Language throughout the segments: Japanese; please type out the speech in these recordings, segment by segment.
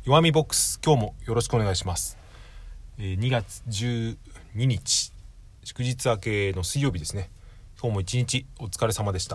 弱みボックス、今日もよろしくお願いします。2月12日祝日明けの水曜日ですね。今日も一日お疲れ様でした。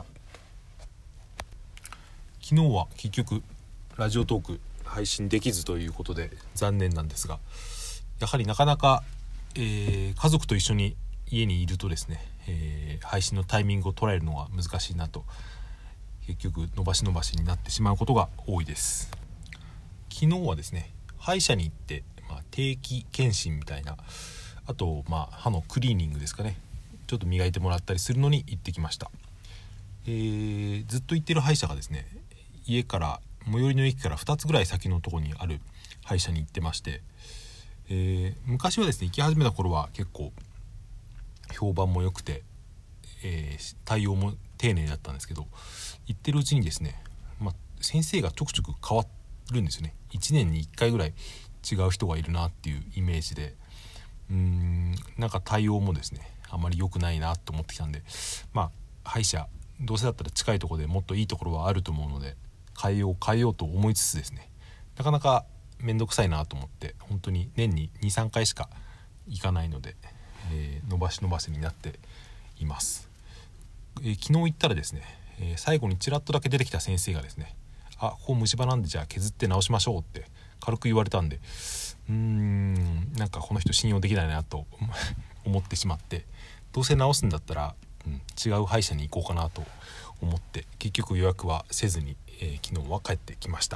昨日は結局ラジオトーク配信できずということで残念なんですが、やはりなかなか、家族と一緒に家にいるとですね、配信のタイミングを捉えるのが難しいなと、結局伸ばしになってしまうことが多いです。昨日はですね、歯医者に行って、定期検診みたいな、あと、歯のクリーニングですかね、ちょっと磨いてもらったりするのに行ってきました。ずっと行ってる歯医者がですね、家から最寄りの駅から2つぐらい先のところにある歯医者に行ってまして、昔はですね、行き始めた頃は結構評判も良くて、対応も丁寧だったんですけど、行ってるうちにですね、先生がちょくちょく変わるんですよね。1年に1回ぐらい違う人がいるなっていうイメージで、なんか対応もですね、あまり良くないなと思ってきたんで、歯医者どうせだったら近いところでもっといいところはあると思うので変えようと思いつつですね、なかなかめんどくさいなと思って、本当に年に 2,3 回しか行かないので、伸ばしになっています。昨日行ったらですね、最後にちらっとだけ出てきた先生がですね、ここ虫歯なんでじゃあ削って直しましょうって軽く言われたんで、なんかこの人信用できないなと思ってしまって、どうせ直すんだったら、違う歯医者に行こうかなと思って結局予約はせずに、昨日は帰ってきました。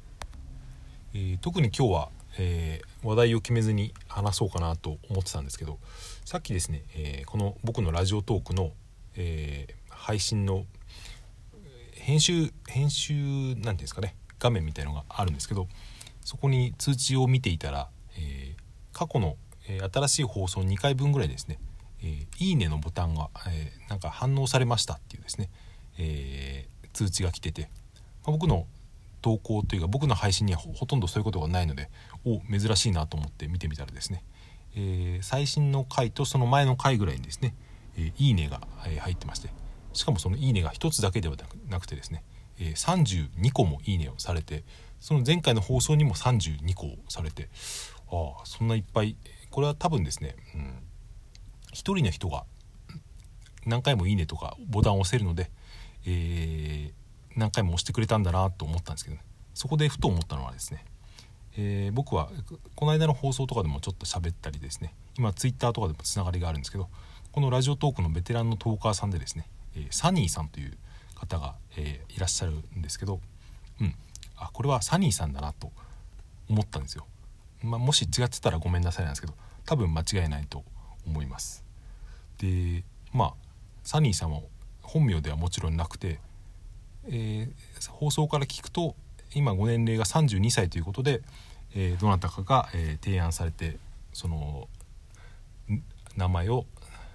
特に今日は、話題を決めずに話そうかなと思ってたんですけど、さっきですね、この僕のラジオトークの、配信の編集なんていうんですかね、画面みたいのがあるんですけど、そこに通知を見ていたら、過去の、新しい放送2回分ぐらいですね、いいねのボタンが、なんか反応されましたっていうですね、通知が来てて、僕の投稿というか僕の配信にはほとんどそういうことがないので、珍しいなと思って見てみたらですね、最新の回とその前の回ぐらいにですね、いいねが、入ってまして、しかもそのいいねが1つだけではなくてですね、32個もいいねをされて、その前回の放送にも32個されて、そんないっぱい、これは多分ですね、一人の人が何回もいいねとかボタンを押せるので、何回も押してくれたんだなと思ったんですけど、そこでふと思ったのはですね、僕はこの間の放送とかでもちょっと喋ったりですね、今ツイッターとかでもつながりがあるんですけど、このラジオトークのベテランのトーカーさんでですね、サニーさんという方が、いらっしゃるんですけど、これはサニーさんだなと思ったんですよ。もし違ってたらごめんなさいなんですけど、多分間違いないと思います。で、サニーさんは本名ではもちろんなくて、放送から聞くと今ご年齢が32歳ということで、どなたかが、提案されて、その名前を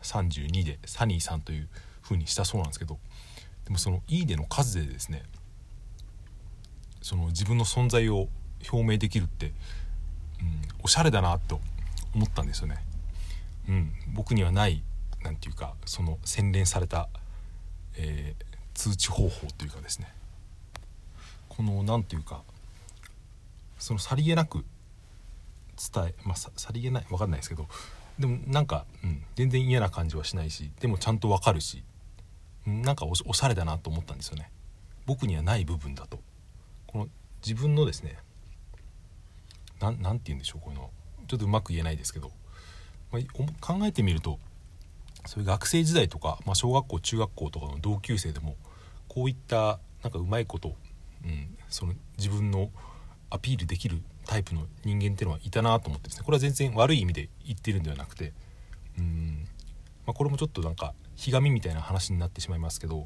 32でサニーさんという風にしたそうなんですけど、でもそのいいねの数でですね、その自分の存在を表明できるって、おしゃれだなと思ったんですよね。僕にはないなんていうか、その洗練された、通知方法というかですね、このなんていうか、そのさりげなく伝え、さりげない分かんないですけど、でもなんか、全然嫌な感じはしないし、でもちゃんと分かるし、なんかおしゃれだなと思ったんですよね。僕にはない部分だと、この自分のですね、なんて言うんでしょう、こういうのちょっとうまく言えないですけど、考えてみると、そういう学生時代とか、小学校中学校とかの同級生でもこういったなんかうまいこと、その自分のアピールできるタイプの人間っていうのはいたなと思ってですね、これは全然悪い意味で言ってるんではなくて、これもちょっとなんかひがみみたいな話になってしまいますけど、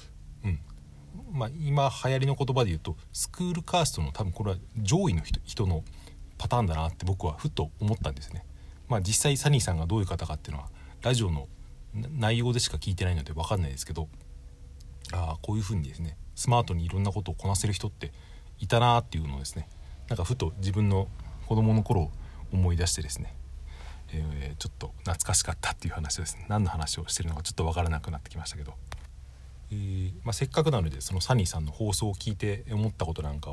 今流行りの言葉で言うとスクールカーストの多分これは上位の人のパターンだなって僕はふと思ったんですね。実際サニーさんがどういう方かっていうのはラジオの内容でしか聞いてないので分かんないですけど、こういう風にですね、スマートにいろんなことをこなせる人っていたなっていうのをですね、なんかふと自分の子供の頃を思い出してですね、ちょっと懐かしかったっていう話ですね。何の話をしてるのかちょっと分からなくなってきましたけど、せっかくなのでそのサニーさんの放送を聞いて思ったことなんかを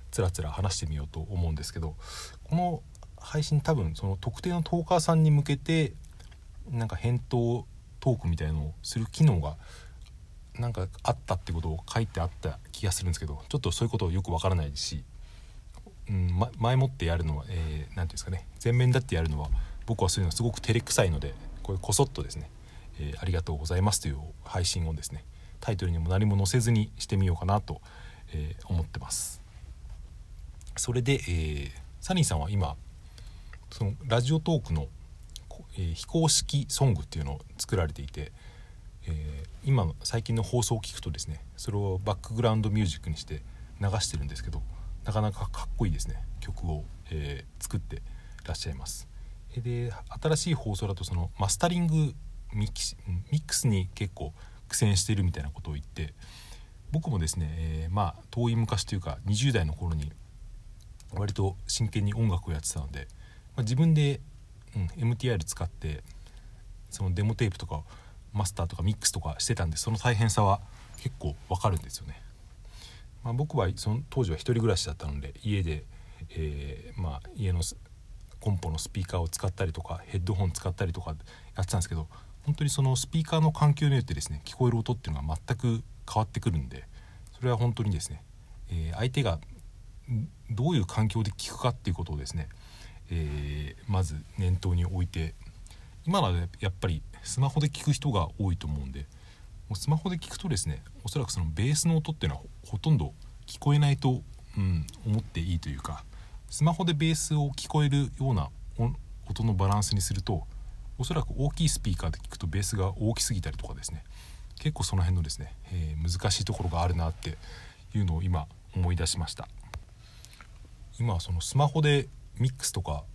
つらつら話してみようと思うんですけど、この配信多分その特定のトーカーさんに向けてなんか返答トークみたいのをする機能がなんかあったってことを書いてあった気がするんですけど、ちょっとそういうことをよくわからないし、前もってやるのは、なんていうんですかね、前面だってやるのは僕はそういうのがすごく照れくさいので、これこそっとですね、ありがとうございますという配信をですね、タイトルにも何も載せずにしてみようかなと、思ってます。それで、サニーさんは今そのラジオトークの、非公式ソングっていうのを作られていて、今の最近の放送を聞くとですね、それをバックグラウンドミュージックにして流してるんですけど、なかなかかっこいいですね、曲を、作ってらっしゃいます。で新しい放送だとそのマスタリングミックスに結構苦戦してるみたいなことを言って、僕もですね、遠い昔というか20代の頃に割と真剣に音楽をやってたので、自分で、MTR 使ってそのデモテープとかマスターとかミックスとかしてたんで、その大変さは結構わかるんですよね。僕はその当時は一人暮らしだったので家で、家のコンポのスピーカーを使ったりとかヘッドホン使ったりとかやってたんですけど、本当にそのスピーカーの環境によってですね、聞こえる音っていうのが全く変わってくるんで、それは本当にですね、相手がどういう環境で聞くかっていうことをですね、まず念頭に置いて、今はやっぱりスマホで聞く人が多いと思うんで、もうスマホで聞くとですね、おそらくそのベースの音っていうのはほとんど聞こえないと、思っていいというか、スマホでベースを聞こえるような音のバランスにすると、おそらく大きいスピーカーで聞くとベースが大きすぎたりとかですね、結構その辺のですね、難しいところがあるなっていうのを今思い出しました。今はそのスマホでミックスとか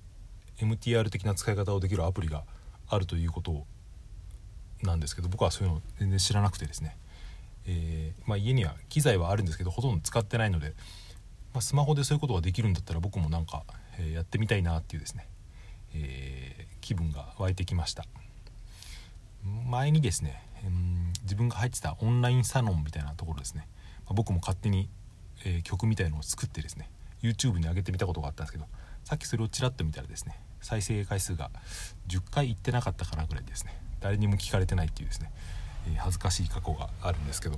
MTR 的な使い方をできるアプリがあるということなんですけど、僕はそういうの全然知らなくてですね、家には機材はあるんですけどほとんど使ってないので、スマホでそういうことができるんだったら僕もなんか、やってみたいなっていうですね、気分が湧いてきました。前にですね、自分が入ってたオンラインサロンみたいなところですね、僕も勝手に、曲みたいのを作ってですね YouTube に上げてみたことがあったんですけど、さっきそれをちらっと見たらですね、再生回数が10回いってなかったかなぐらいですね、誰にも聞かれてないっていうですね、恥ずかしい過去があるんですけど、で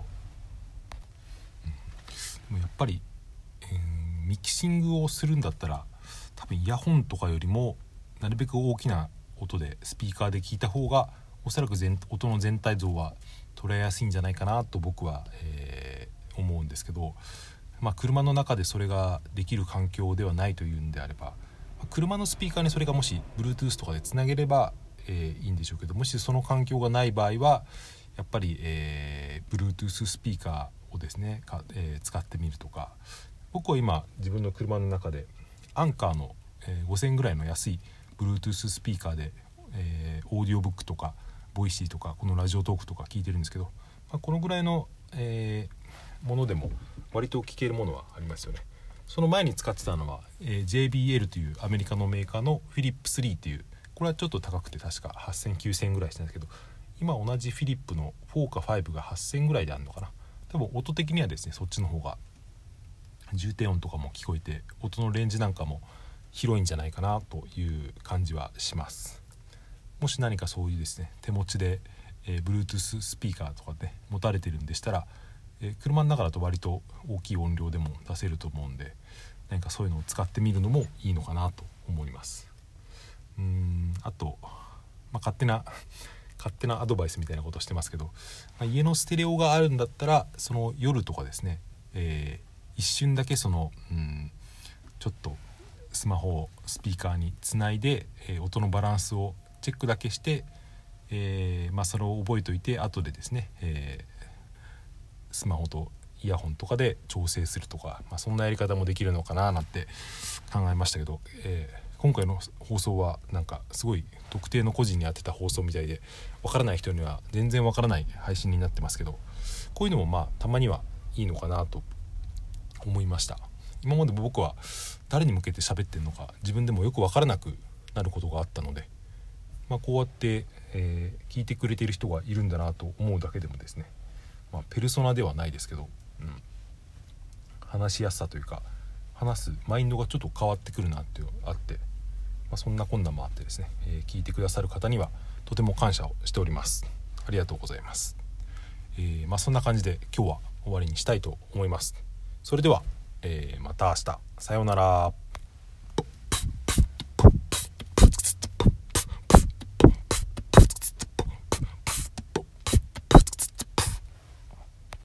もやっぱり、ミキシングをするんだったら多分イヤホンとかよりもなるべく大きな音でスピーカーで聞いた方がおそらく音の全体像は捉えやすいんじゃないかなと僕は、思うんですけど、車の中でそれができる環境ではないというんであれば、車のスピーカーにそれがもし Bluetooth とかでつなげれば、いいんでしょうけど、もしその環境がない場合はやっぱり、Bluetooth スピーカーをですね使ってみるとか、僕は今自分の車の中でアンカーの、5000円ぐらいの安い Bluetooth スピーカーで、オーディオブックとかボイシーとかこのラジオトークとか聞いてるんですけど、このぐらいの、ものでも割と聞けるものはありますよね。その前に使ってたのは、JBL というアメリカのメーカーのフィリップ3っていう、これはちょっと高くて確か8000、9000ぐらいしたんですけど、今同じフィリップの4か5が8000ぐらいであるのかな。多分音的にはですねそっちの方が重低音とかも聞こえて音のレンジなんかも広いんじゃないかなという感じはします。もし何かそういうですね手持ちで、Bluetooth スピーカーとかね持たれてるんでしたら、車の中だと割と大きい音量でも出せると思うんで、何かそういうのを使ってみるのもいいのかなと思います。あと、勝手なアドバイスみたいなことをしてますけど、家のステレオがあるんだったらその夜とかですね、一瞬だけその、ちょっとスマホをスピーカーにつないで、音のバランスをチェックだけして、それを覚えておいて後でですね、スマホとイヤホンとかで調整するとか、そんなやり方もできるのかななんて考えましたけど、今回の放送はなんかすごい特定の個人に当てた放送みたいで、わからない人には全然わからない配信になってますけど、こういうのもたまにはいいのかなと思いました。今まで僕は誰に向けて喋ってるのか自分でもよくわからなくなることがあったので、こうやって、聞いてくれている人がいるんだなと思うだけでもですね、ペルソナではないですけど、話しやすさというか、 話すマインドがちょっと変わってくるなっていうのがあって、そんな困難もあってですね、聞いてくださる方にはとても感謝をしております。ありがとうございます。そんな感じで今日は終わりにしたいと思います。それでは、また明日、さようなら。